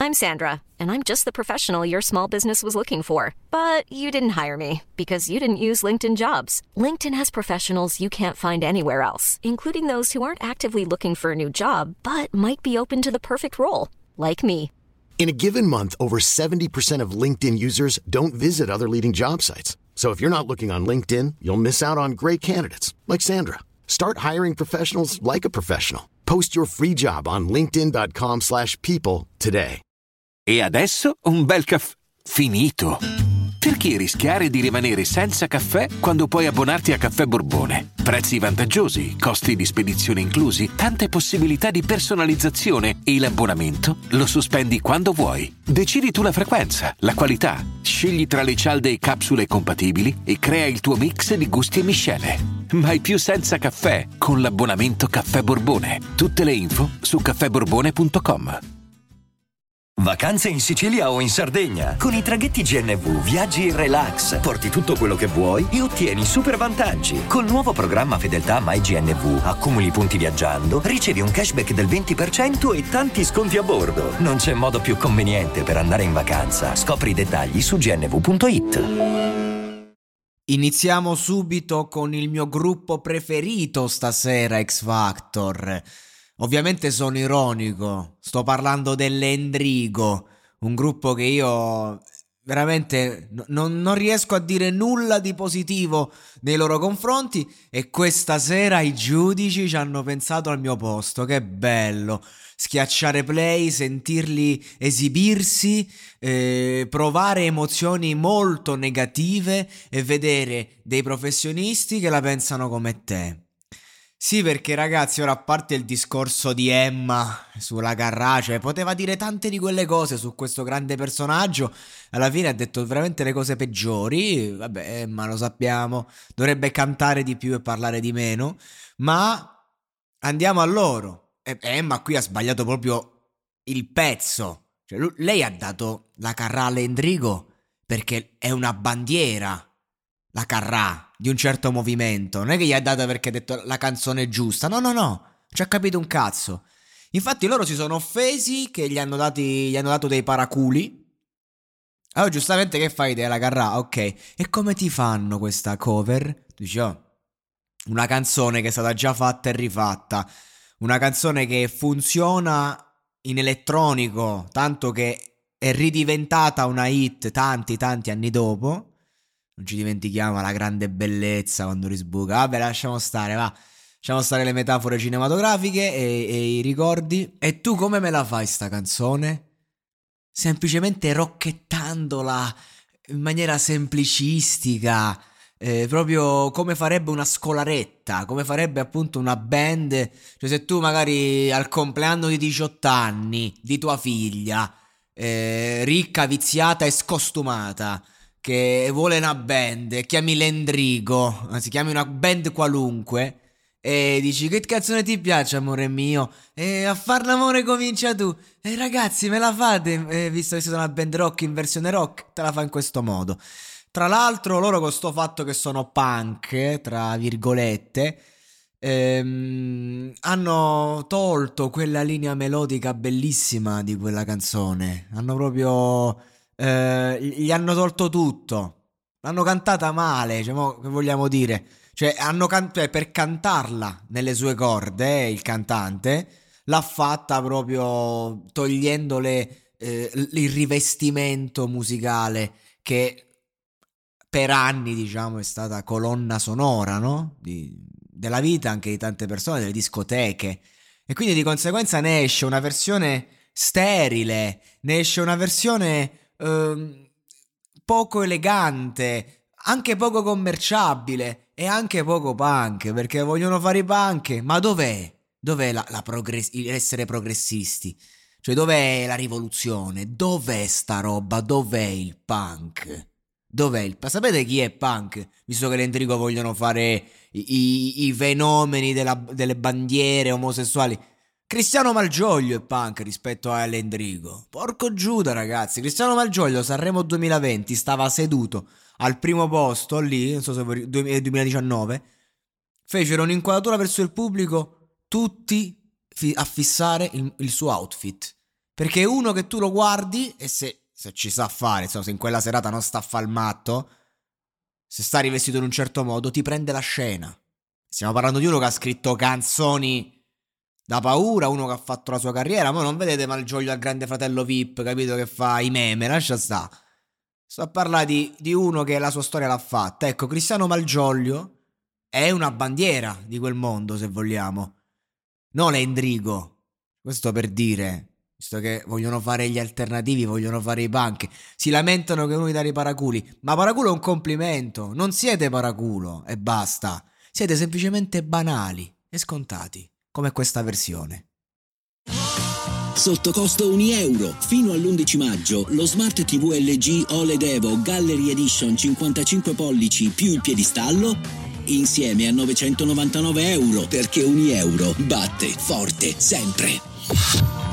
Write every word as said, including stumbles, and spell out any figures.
I'm Sandra, and I'm just the professional your small business was looking for. But you didn't hire me because you didn't use LinkedIn Jobs. LinkedIn has professionals you can't find anywhere else, including those who aren't actively looking for a new job, but might be open to the perfect role, like me. In a given month, over seventy percent of LinkedIn users don't visit other leading job sites. So if you're not looking on LinkedIn, you'll miss out on great candidates like Sandra. Start hiring professionals like a professional. Post your free job on linkedin.com slash people today. E adesso un bel caffè finito. Perché rischiare di rimanere senza caffè quando puoi abbonarti a Caffè Borbone? Prezzi vantaggiosi, costi di spedizione inclusi, tante possibilità di personalizzazione e l'abbonamento lo sospendi quando vuoi. Decidi tu la frequenza, la qualità, scegli tra le cialde e capsule compatibili e crea il tuo mix di gusti e miscele. Mai più senza caffè con l'abbonamento Caffè Borbone. Tutte le info su caffè borbone punto com. Vacanze in Sicilia o in Sardegna. Con i traghetti G N V viaggi in relax, porti tutto quello che vuoi e ottieni super vantaggi. Col nuovo programma Fedeltà MyGNV accumuli punti viaggiando, ricevi un cashback del venti per cento e tanti sconti a bordo. Non c'è modo più conveniente per andare in vacanza. Scopri i dettagli su g n v punto i t. Iniziamo subito con il mio gruppo preferito stasera, X Factor. Ovviamente sono ironico, sto parlando dell'Endrigo, un gruppo che io veramente n- non, non riesco a dire nulla di positivo nei loro confronti, e questa sera i giudici ci hanno pensato al mio posto. Che bello schiacciare play, sentirli esibirsi, eh, provare emozioni molto negative e vedere dei professionisti che la pensano come te. Sì, perché ragazzi, ora, a parte il discorso di Emma sulla Carrà, poteva dire tante di quelle cose su questo grande personaggio, alla fine ha detto veramente le cose peggiori. Vabbè, Emma lo sappiamo, dovrebbe cantare di più e parlare di meno, ma andiamo a loro. E Emma qui ha sbagliato proprio il pezzo, cioè, lui, lei ha dato la Carrà all'Endrigo perché è una bandiera, la Carrà, di un certo movimento. Non è che gli ha data perché ha detto la canzone è giusta. No, no, no, ci ha capito un cazzo. Infatti loro si sono offesi che gli hanno dati, gli hanno dato dei paraculi. Allora giustamente che fai te la Carrà? Ok. E come ti fanno questa cover? Tu dici, oh, una canzone che è stata già fatta e rifatta, una canzone che funziona in elettronico, tanto che è ridiventata una hit tanti tanti anni dopo. Non ci dimentichiamo la grande bellezza quando risbuca. Vabbè, lasciamo stare, va. Lasciamo stare le metafore cinematografiche e, e i ricordi. E tu come me la fai sta canzone? Semplicemente rocchettandola in maniera semplicistica, eh, proprio come farebbe una scolaretta, come farebbe appunto una band. Cioè, se tu magari al compleanno di diciotto anni di tua figlia, eh, ricca, viziata e scostumata, che vuole una band e chiami l'Endrigo, anzi chiami una band qualunque e dici che canzone ti piace amore mio, e a far l'amore comincia tu, e ragazzi me la fate, e visto che siete una band rock in versione rock te la fa in questo modo. Tra l'altro loro con sto fatto che sono punk tra virgolette ehm, hanno tolto quella linea melodica bellissima di quella canzone, hanno proprio Eh, gli hanno tolto tutto, l'hanno cantata male, cioè, mo, che vogliamo dire? Cioè, hanno can- cioè, per cantarla nelle sue corde, eh, il cantante l'ha fatta proprio togliendole eh, il rivestimento musicale che per anni, diciamo, è stata colonna sonora, no? Di, della vita anche di tante persone, delle discoteche. E quindi di conseguenza ne esce una versione sterile, ne esce una versione Uh, poco elegante, anche poco commerciabile e anche poco punk, perché vogliono fare i punk, ma dov'è? Dov'è la, la progress- essere progressisti? Cioè dov'è la rivoluzione? Dov'è sta roba? Dov'è il punk? Dov'è il punk? Sapete chi è punk? Visto che l'Endrigo vogliono fare i, i, i fenomeni della, delle bandiere omosessuali. Cristiano Malgioglio è punk rispetto a L'Endrigo. Porco Giuda, ragazzi. Cristiano Malgioglio, Sanremo duemilaventi, stava seduto al primo posto lì, non so se voi, duemiladiciannove. Fecero un'inquadratura verso il pubblico, tutti fi- a fissare il, il suo outfit. Perché uno che tu lo guardi e se, se ci sa fare, insomma, se in quella serata non sta a far il matto, se sta rivestito in un certo modo, ti prende la scena. Stiamo parlando di uno che ha scritto canzoni da paura, uno che ha fatto la sua carriera. Ma non vedete Malgioglio al Grande Fratello V I P, capito, che fa i meme, lascia sta. Sto a parlare di, di uno che la sua storia l'ha fatta. Ecco, Cristiano Malgioglio è una bandiera di quel mondo, se vogliamo. Non Endrigo, questo per dire, visto che vogliono fare gli alternativi, vogliono fare i punk, si lamentano che uno gli dà i paraculi, ma paraculo è un complimento, non siete paraculo e basta, siete semplicemente banali e scontati, come questa versione. Sotto costo un euro. Fino all'undici maggio lo Smart tivù L G O L E D Evo Gallery Edition cinquantacinque pollici più il piedistallo insieme a novecentonovantanove euro, perché un euro batte forte sempre.